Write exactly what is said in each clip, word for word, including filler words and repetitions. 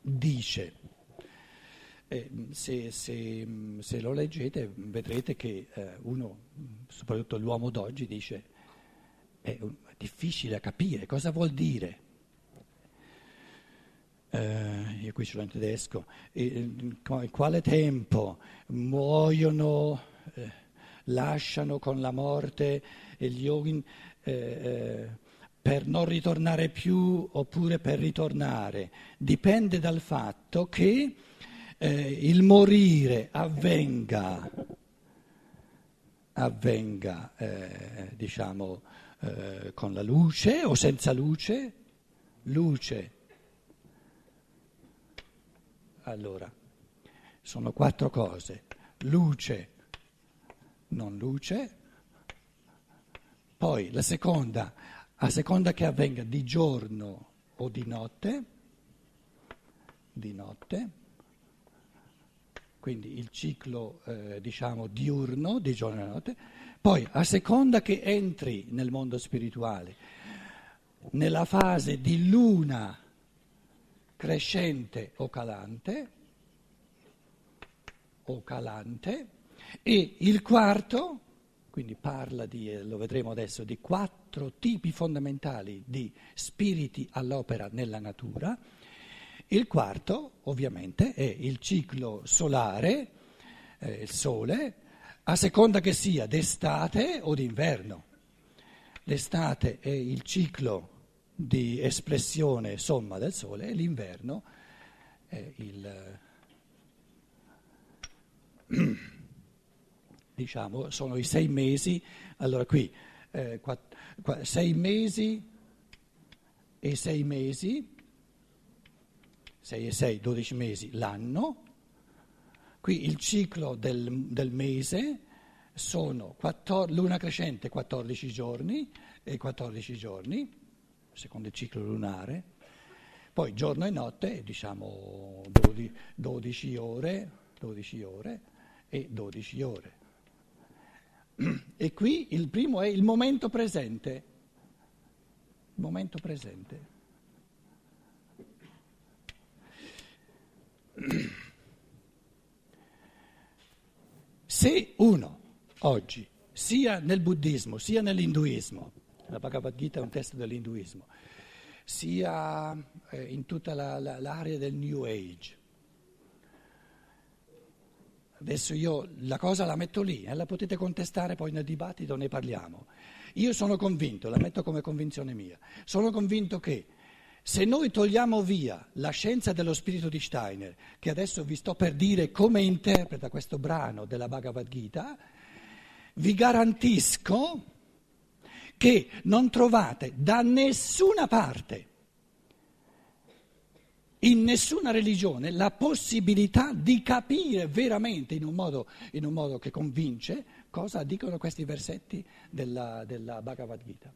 dice. Eh, se, se, se lo leggete vedrete che eh, uno, soprattutto l'uomo d'oggi, dice è, un, è difficile a capire cosa vuol dire. Eh, io qui ce l'ho in tedesco. In quale tempo muoiono, eh, lasciano con la morte e gli yogin eh, eh, per non ritornare più oppure per ritornare? Dipende dal fatto che Eh, il morire avvenga, avvenga eh, diciamo, eh, con la luce o senza luce? Luce. Allora, sono quattro cose. Luce, non luce. Poi la seconda, a seconda che avvenga di giorno o di notte, di notte. Quindi il ciclo eh, diciamo diurno di giorno e notte, poi a seconda che entri nel mondo spirituale, nella fase di luna crescente o calante, o calante, e il quarto, quindi parla di, lo vedremo adesso, di quattro tipi fondamentali di spiriti all'opera nella natura. Il quarto, ovviamente, è il ciclo solare, eh, il sole, a seconda che sia d'estate o d'inverno. L'estate è il ciclo di espressione somma del sole e l'inverno è il, diciamo, sono i sei mesi. Allora qui, eh, quatt- qua- sei mesi e sei mesi. sei e sei, dodici mesi l'anno. Qui il ciclo del, del mese sono quattordici, luna crescente quattordici giorni e quattordici giorni, secondo il ciclo lunare. Poi giorno e notte, diciamo dodici ore, dodici ore e dodici ore. E qui il primo è il momento presente. Il momento presente. Se uno oggi, sia nel buddismo, sia nell'induismo, la Bhagavad Gita è un testo dell'induismo, sia eh, in tutta la, la, l'area del New Age, adesso io la cosa la metto lì, eh, la potete contestare poi nel dibattito, ne parliamo. Io sono convinto, la metto come convinzione mia, sono convinto che se noi togliamo via la scienza dello spirito di Steiner, che adesso vi sto per dire come interpreta questo brano della Bhagavad Gita, vi garantisco che non trovate da nessuna parte, in nessuna religione, la possibilità di capire veramente in un modo, in un modo che convince cosa dicono questi versetti della, della Bhagavad Gita.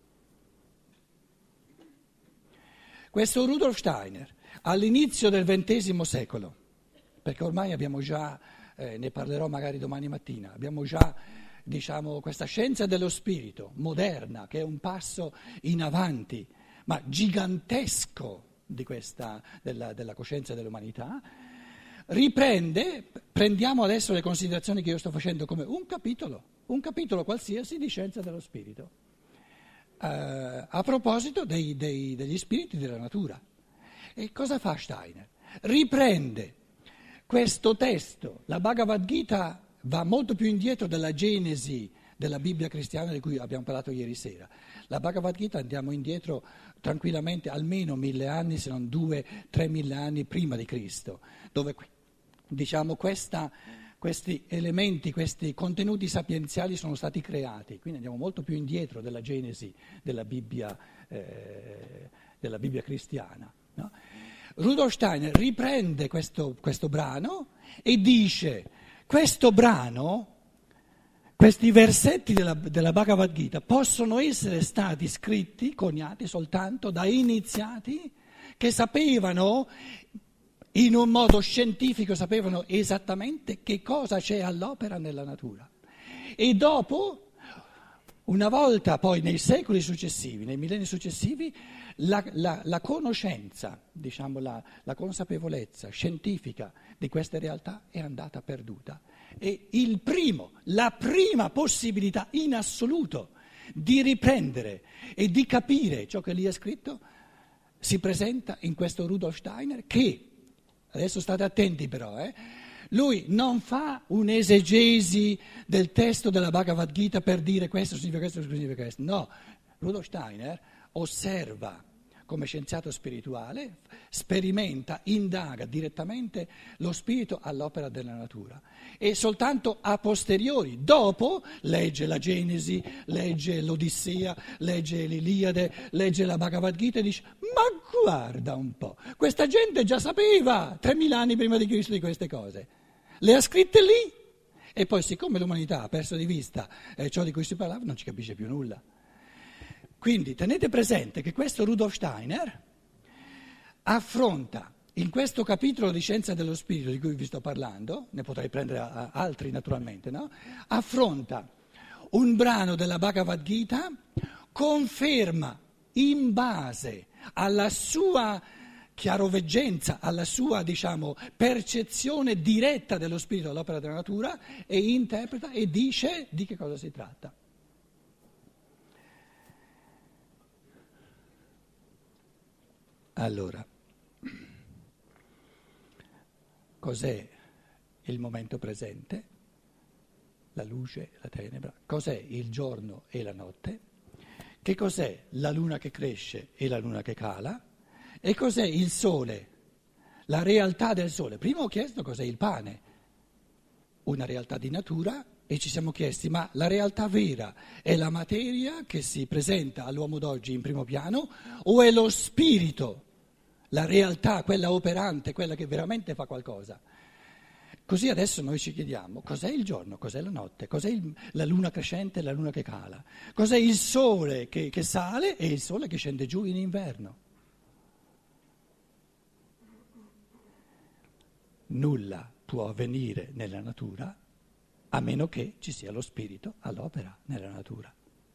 Questo Rudolf Steiner, all'inizio del ventesimo secolo, perché ormai abbiamo già, eh, ne parlerò magari domani mattina, abbiamo già, diciamo, questa scienza dello spirito moderna, che è un passo in avanti, ma gigantesco di questa, della, della coscienza dell'umanità, riprende, prendiamo adesso le considerazioni che io sto facendo come un capitolo, un capitolo qualsiasi di scienza dello spirito. Uh, a proposito dei, dei, degli spiriti della natura. E cosa fa Steiner? Riprende questo testo, la Bhagavad Gita va molto più indietro della genesi della Bibbia cristiana di cui abbiamo parlato ieri sera. La Bhagavad Gita andiamo indietro tranquillamente almeno mille anni, se non due, tre mille anni prima di Cristo, dove diciamo questa... Questi elementi, questi contenuti sapienziali sono stati creati, quindi andiamo molto più indietro della genesi della Bibbia, eh, della Bibbia cristiana. No? Rudolf Steiner riprende questo, questo brano e dice: questo brano, questi versetti della, della Bhagavad Gita possono essere stati scritti, coniati soltanto da iniziati che sapevano, in un modo scientifico, sapevano esattamente che cosa c'è all'opera nella natura. E dopo, una volta poi nei secoli successivi, nei millenni successivi, La, la, la conoscenza, diciamo la, la consapevolezza scientifica di queste realtà è andata perduta. E il primo, la prima possibilità in assoluto di riprendere e di capire ciò che lì è scritto si presenta in questo Rudolf Steiner che, adesso state attenti però, eh, lui non fa un'esegesi del testo della Bhagavad Gita per dire questo significa questo, questo significa questo, no, Rudolf Steiner osserva come scienziato spirituale, sperimenta, indaga direttamente lo spirito all'opera della natura e soltanto a posteriori, dopo, legge la Genesi, legge l'Odissea, legge l'Iliade, legge la Bhagavad Gita e dice ma guarda un po', questa gente già sapeva tremila anni prima di Cristo di queste cose, le ha scritte lì e poi siccome l'umanità ha perso di vista eh, ciò di cui si parlava non ci capisce più nulla. Quindi tenete presente che questo Rudolf Steiner affronta in questo capitolo di Scienza dello Spirito di cui vi sto parlando, ne potrei prendere altri naturalmente, no? Affronta un brano della Bhagavad Gita, conferma in base alla sua chiaroveggenza, alla sua diciamo, percezione diretta dello spirito all'opera della natura e interpreta e dice di che cosa si tratta. Allora, cos'è il momento presente, la luce, la tenebra? Cos'è il giorno e la notte? Che cos'è la luna che cresce e la luna che cala? E cos'è il sole, la realtà del sole? Prima ho chiesto cos'è il pane, una realtà di natura, e ci siamo chiesti ma la realtà vera è la materia che si presenta all'uomo d'oggi in primo piano o è lo spirito? La realtà, quella operante, quella che veramente fa qualcosa. Così adesso noi ci chiediamo cos'è il giorno, cos'è la notte, cos'è il, la luna crescente e la luna che cala, cos'è il sole che, che sale e il sole che scende giù in inverno. Nulla può avvenire nella natura a meno che ci sia lo spirito all'opera nella natura.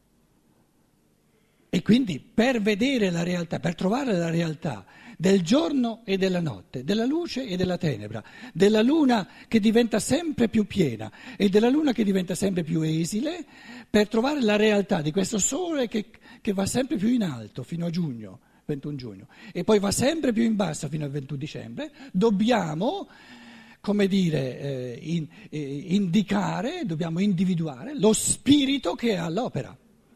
E quindi per vedere la realtà, per trovare la realtà del giorno e della notte, della luce e della tenebra, della luna che diventa sempre più piena e della luna che diventa sempre più esile, per trovare la realtà di questo sole che, che va sempre più in alto fino a giugno, ventuno giugno, e poi va sempre più in basso fino al ventuno dicembre, dobbiamo, come dire, eh, in, eh, indicare, dobbiamo individuare lo spirito che è all'opera.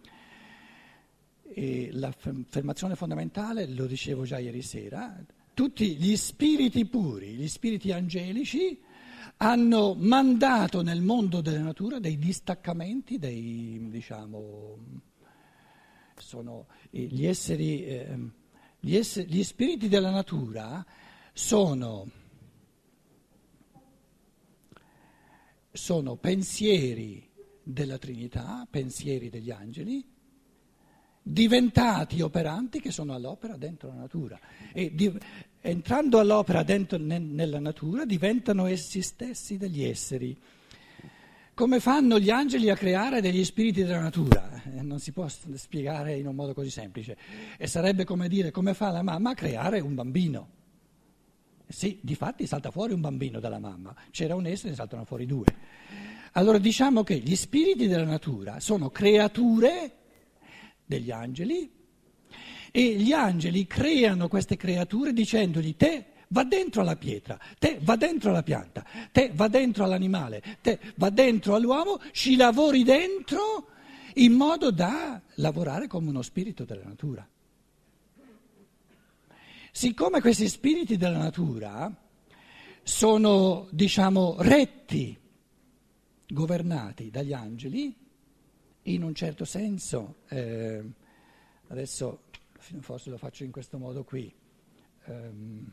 E l'affermazione fondamentale, lo dicevo già ieri sera, tutti gli spiriti puri, gli spiriti angelici hanno mandato nel mondo della natura dei distaccamenti, dei, diciamo, sono gli esseri, eh, gli, esseri, gli spiriti della natura sono, sono pensieri della Trinità, pensieri degli angeli, diventati operanti che sono all'opera dentro la natura e di, entrando all'opera dentro ne, nella natura diventano essi stessi degli esseri. Come fanno gli angeli a creare degli spiriti della natura? Eh, non si può spiegare in un modo così semplice e sarebbe come dire come fa la mamma a creare un bambino. Sì, difatti salta fuori un bambino dalla mamma, c'era un essere e ne saltano fuori due. Allora diciamo che gli spiriti della natura sono creature degli angeli e gli angeli creano queste creature dicendogli te va dentro alla pietra, te va dentro alla pianta, te va dentro all'animale, te va dentro all'uomo, ci lavori dentro in modo da lavorare come uno spirito della natura. Siccome questi spiriti della natura sono, diciamo, retti, governati dagli angeli, in un certo senso, eh, adesso forse lo faccio in questo modo qui, um,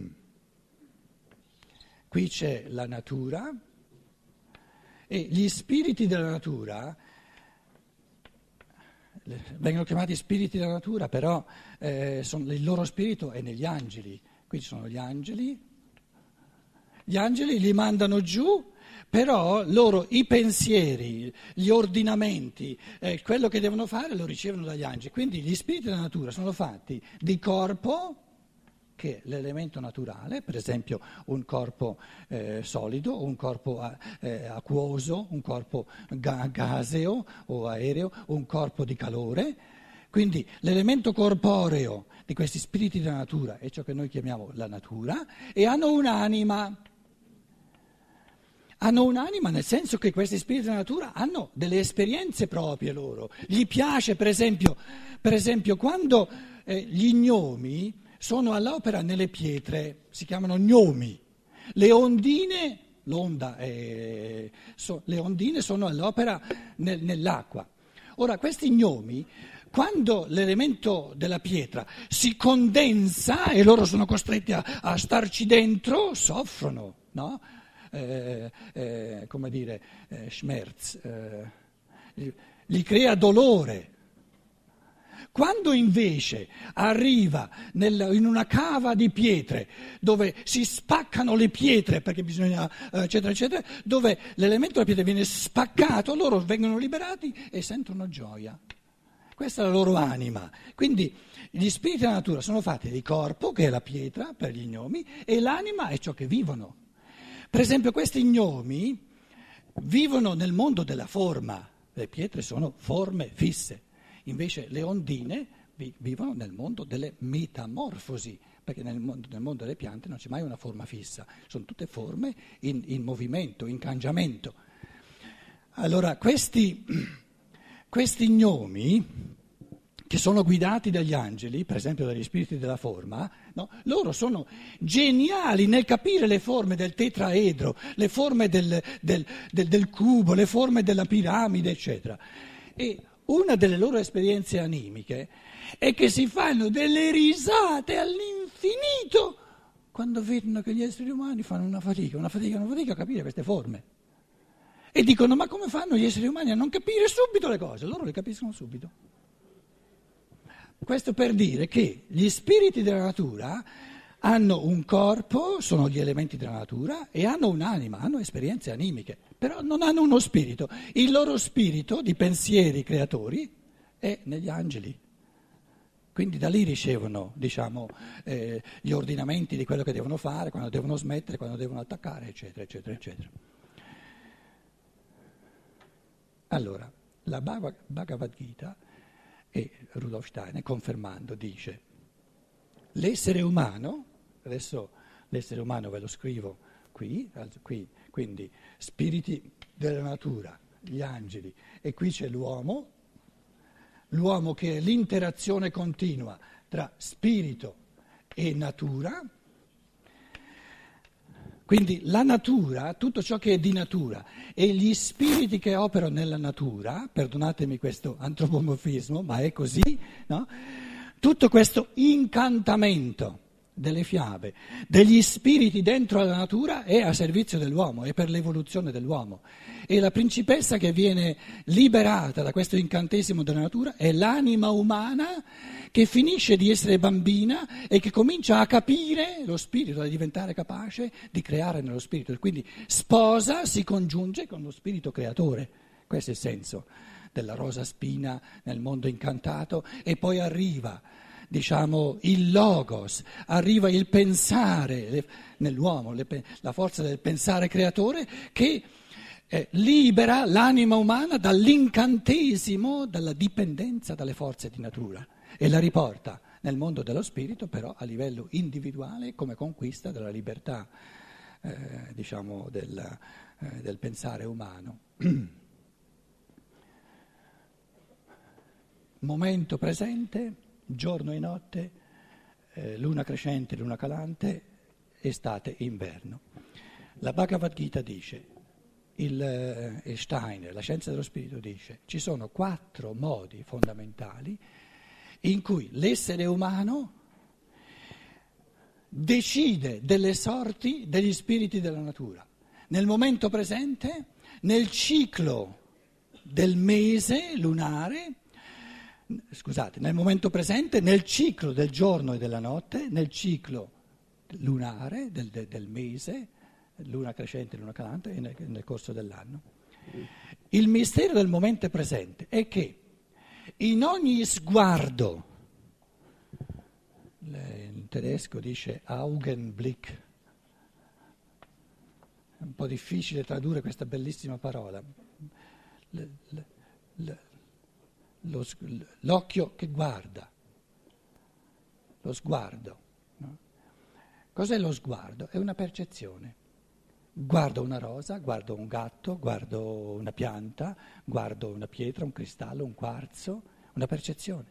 qui c'è la natura e gli spiriti della natura vengono chiamati spiriti della natura, però eh, sono, il loro spirito è negli angeli, qui ci sono gli angeli, gli angeli li mandano giù Però loro i pensieri, gli ordinamenti, eh, quello che devono fare lo ricevono dagli angeli. Quindi gli spiriti della natura sono fatti di corpo, che è l'elemento naturale, per esempio un corpo eh, solido, un corpo eh, acquoso, un corpo ga- gaseo o aereo, un corpo di calore. Quindi l'elemento corporeo di questi spiriti della natura è ciò che noi chiamiamo la natura e hanno un'anima. Hanno un'anima nel senso che questi spiriti della natura hanno delle esperienze proprie loro. Gli piace, per esempio, per esempio quando eh, gli gnomi sono all'opera nelle pietre, si chiamano gnomi. Le ondine, l'onda è, so, le ondine sono all'opera nel, nell'acqua. Ora, questi gnomi, quando l'elemento della pietra si condensa e loro sono costretti a, a starci dentro, soffrono, no? Eh, eh, come dire, eh, schmerz, eh, gli, gli crea dolore. Quando invece arriva nel, in una cava di pietre dove si spaccano le pietre perché bisogna eccetera eccetera, dove l'elemento della pietra viene spaccato, loro vengono liberati e sentono gioia. Questa è la loro anima. Quindi gli spiriti della natura sono fatti di corpo, che è la pietra per gli gnomi, e l'anima è ciò che vivono. Per esempio questi gnomi vivono nel mondo della forma, le pietre sono forme fisse, invece le ondine vi- vivono nel mondo delle metamorfosi, perché nel mondo, nel mondo delle piante non c'è mai una forma fissa, sono tutte forme in, in movimento, in cambiamento. Allora questi, questi gnomi che sono guidati dagli angeli, per esempio dagli spiriti della forma, no? Loro sono geniali nel capire le forme del tetraedro, le forme del, del, del, del cubo, le forme della piramide, eccetera. E una delle loro esperienze animiche è che si fanno delle risate all'infinito quando vedono che gli esseri umani fanno una fatica, una fatica, una fatica a capire queste forme. E dicono, ma come fanno gli esseri umani a non capire subito le cose? Loro le capiscono subito. Questo per dire che gli spiriti della natura hanno un corpo, sono gli elementi della natura, e hanno un'anima, hanno esperienze animiche, però non hanno uno spirito. Il loro spirito di pensieri creatori è negli angeli. Quindi da lì ricevono, diciamo, eh, gli ordinamenti di quello che devono fare, quando devono smettere, quando devono attaccare, eccetera, eccetera, eccetera. Allora, la Bhagavad Gita e Rudolf Steiner, confermando, dice: l'essere umano, adesso l'essere umano ve lo scrivo qui, qui, quindi spiriti della natura, gli angeli, e qui c'è l'uomo, l'uomo che è l'interazione continua tra spirito e natura. Quindi la natura, tutto ciò che è di natura e gli spiriti che operano nella natura, perdonatemi questo antropomorfismo, ma è così, no? Tutto questo incantamento delle fiabe, degli spiriti dentro la natura è a servizio dell'uomo, è per l'evoluzione dell'uomo. E la principessa che viene liberata da questo incantesimo della natura è l'anima umana che finisce di essere bambina e che comincia a capire lo spirito, a diventare capace di creare nello spirito. E quindi sposa, si congiunge con lo spirito creatore. Questo è il senso della rosa spina nel mondo incantato, e poi arriva, diciamo, il logos, arriva il pensare le, nell'uomo, le, la forza del pensare creatore che eh, libera l'anima umana dall'incantesimo, dalla dipendenza dalle forze di natura e la riporta nel mondo dello spirito, però a livello individuale, come conquista della libertà, eh, diciamo, del, eh, del pensare umano. Momento presente, giorno e notte, eh, luna crescente, luna calante, estate e inverno. La Bhagavad Gita dice, il eh, Steiner, la scienza dello spirito dice, ci sono quattro modi fondamentali in cui l'essere umano decide delle sorti degli spiriti della natura. Nel momento presente, nel ciclo del mese lunare, scusate, nel momento presente, nel ciclo del giorno e della notte, nel ciclo lunare del, del, del mese luna crescente e luna calante nel, nel corso dell'anno. Il mistero del momento presente è che in ogni sguardo, in tedesco dice Augenblick, è un po' difficile tradurre questa bellissima parola, l, l, l, lo, l'occhio che guarda, lo sguardo. No? Cos'è lo sguardo? È una percezione. Guardo una rosa, guardo un gatto, guardo una pianta, guardo una pietra, un cristallo, un quarzo, una percezione.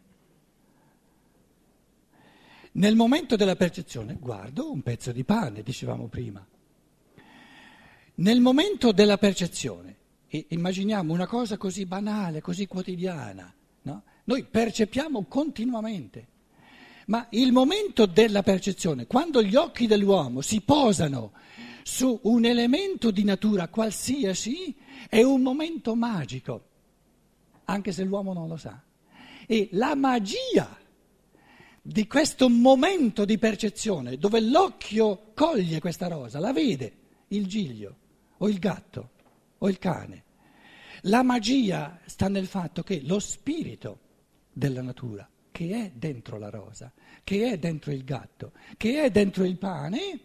Nel momento della percezione guardo un pezzo di pane, dicevamo prima. Nel momento della percezione, immaginiamo una cosa così banale, così quotidiana, no? Noi percepiamo continuamente, ma il momento della percezione, quando gli occhi dell'uomo si posano su un elemento di natura qualsiasi, è un momento magico, anche se l'uomo non lo sa. E la magia di questo momento di percezione, dove l'occhio coglie questa rosa, la vede, il giglio, o il gatto, o il cane, la magia sta nel fatto che lo spirito della natura, che è dentro la rosa, che è dentro il gatto, che è dentro il pane,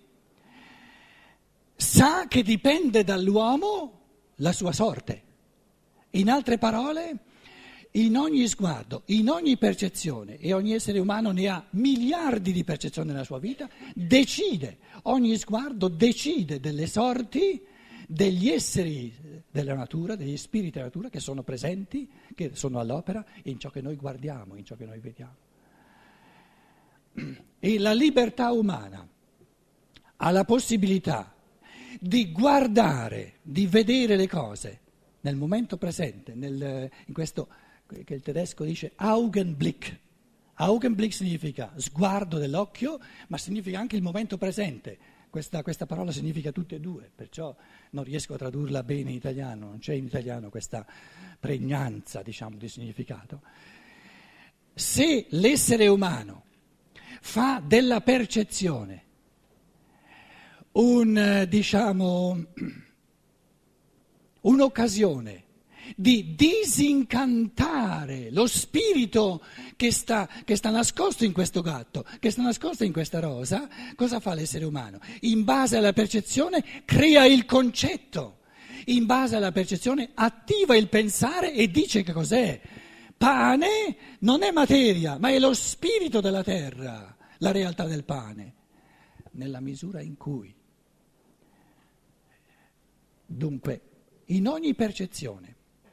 sa che dipende dall'uomo la sua sorte. In altre parole, in ogni sguardo, in ogni percezione, e ogni essere umano ne ha miliardi di percezioni nella sua vita, decide, ogni sguardo decide delle sorti degli esseri della natura, degli spiriti della natura che sono presenti, che sono all'opera in ciò che noi guardiamo, in ciò che noi vediamo. E la libertà umana ha la possibilità di guardare, di vedere le cose nel momento presente, nel, in questo che il tedesco dice Augenblick. Augenblick significa sguardo dell'occhio, ma significa anche il momento presente. Questa, questa parola significa tutte e due, perciò non riesco a tradurla bene in italiano, non c'è in italiano questa pregnanza, diciamo, di significato. Se l'essere umano fa della percezione un, diciamo, un'occasione di disincantare lo spirito che sta, che sta nascosto in questo gatto, che sta nascosto in questa rosa, cosa fa l'essere umano? In base alla percezione crea il concetto, in base alla percezione attiva il pensare e dice che cos'è. Pane non è materia, ma è lo spirito della terra, la realtà del pane, nella misura in cui. Dunque, in ogni percezione,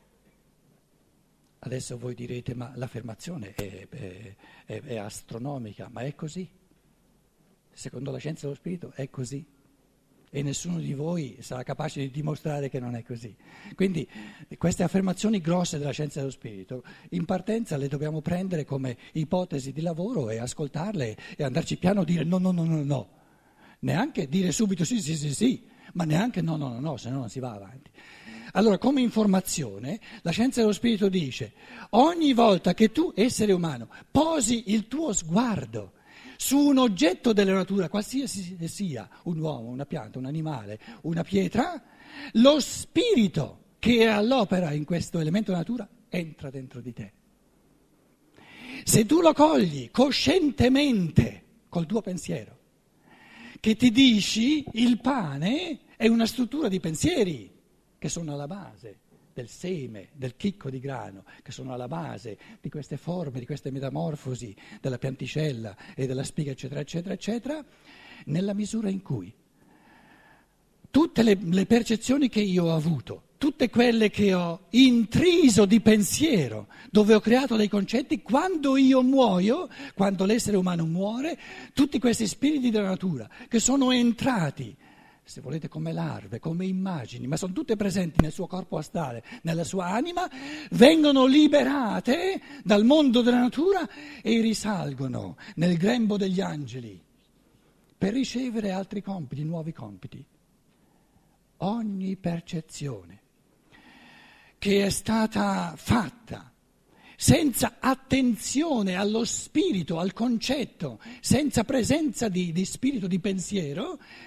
adesso voi direte, ma l'affermazione è, è, è, è astronomica, ma è così. Secondo la scienza dello spirito è così. E nessuno di voi sarà capace di dimostrare che non è così. Quindi queste affermazioni grosse della scienza dello spirito, in partenza le dobbiamo prendere come ipotesi di lavoro e ascoltarle e andarci piano a dire no, no, no, no, no. Neanche dire subito sì, sì, sì, sì, ma neanche no, no, no, no, se no non si va avanti. Allora, come informazione, la scienza dello spirito dice, ogni volta che tu, essere umano, posi il tuo sguardo su un oggetto della natura, qualsiasi sia, un uomo, una pianta, un animale, una pietra, lo spirito che è all'opera in questo elemento della natura entra dentro di te. Se tu lo cogli coscientemente col tuo pensiero, che ti dici il pane è una struttura di pensieri che sono alla base del seme, del chicco di grano, che sono alla base di queste forme, di queste metamorfosi della pianticella e della spiga, eccetera, eccetera, eccetera, nella misura in cui tutte le, le percezioni che io ho avuto, tutte quelle che ho intriso di pensiero, dove ho creato dei concetti, quando io muoio, quando l'essere umano muore, tutti questi spiriti della natura che sono entrati, se volete come larve, come immagini, ma sono tutte presenti nel suo corpo astrale, nella sua anima, vengono liberate dal mondo della natura e risalgono nel grembo degli angeli per ricevere altri compiti, nuovi compiti. Ogni percezione che è stata fatta senza attenzione allo spirito, al concetto, senza presenza di, di spirito, di pensiero,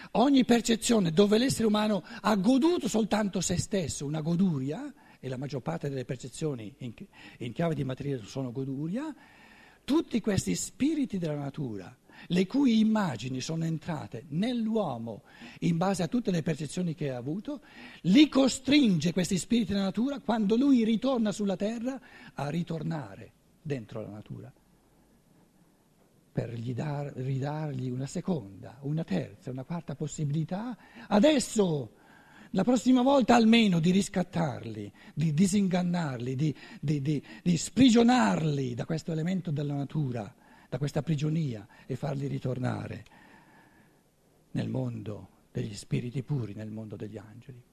Ogni percezione dove l'essere umano ha goduto soltanto se stesso, una goduria, e la maggior parte delle percezioni in, in chiave di materia sono goduria, tutti questi spiriti della natura, le cui immagini sono entrate nell'uomo in base a tutte le percezioni che ha avuto, li costringe questi spiriti della natura, quando lui ritorna sulla terra, a ritornare dentro la natura, per gli dar, ridargli una seconda, una terza, una quarta possibilità, adesso, la prossima volta almeno, di riscattarli, di disingannarli, di, di, di, di sprigionarli da questo elemento della natura, da questa prigionia, e farli ritornare nel mondo degli spiriti puri, nel mondo degli angeli.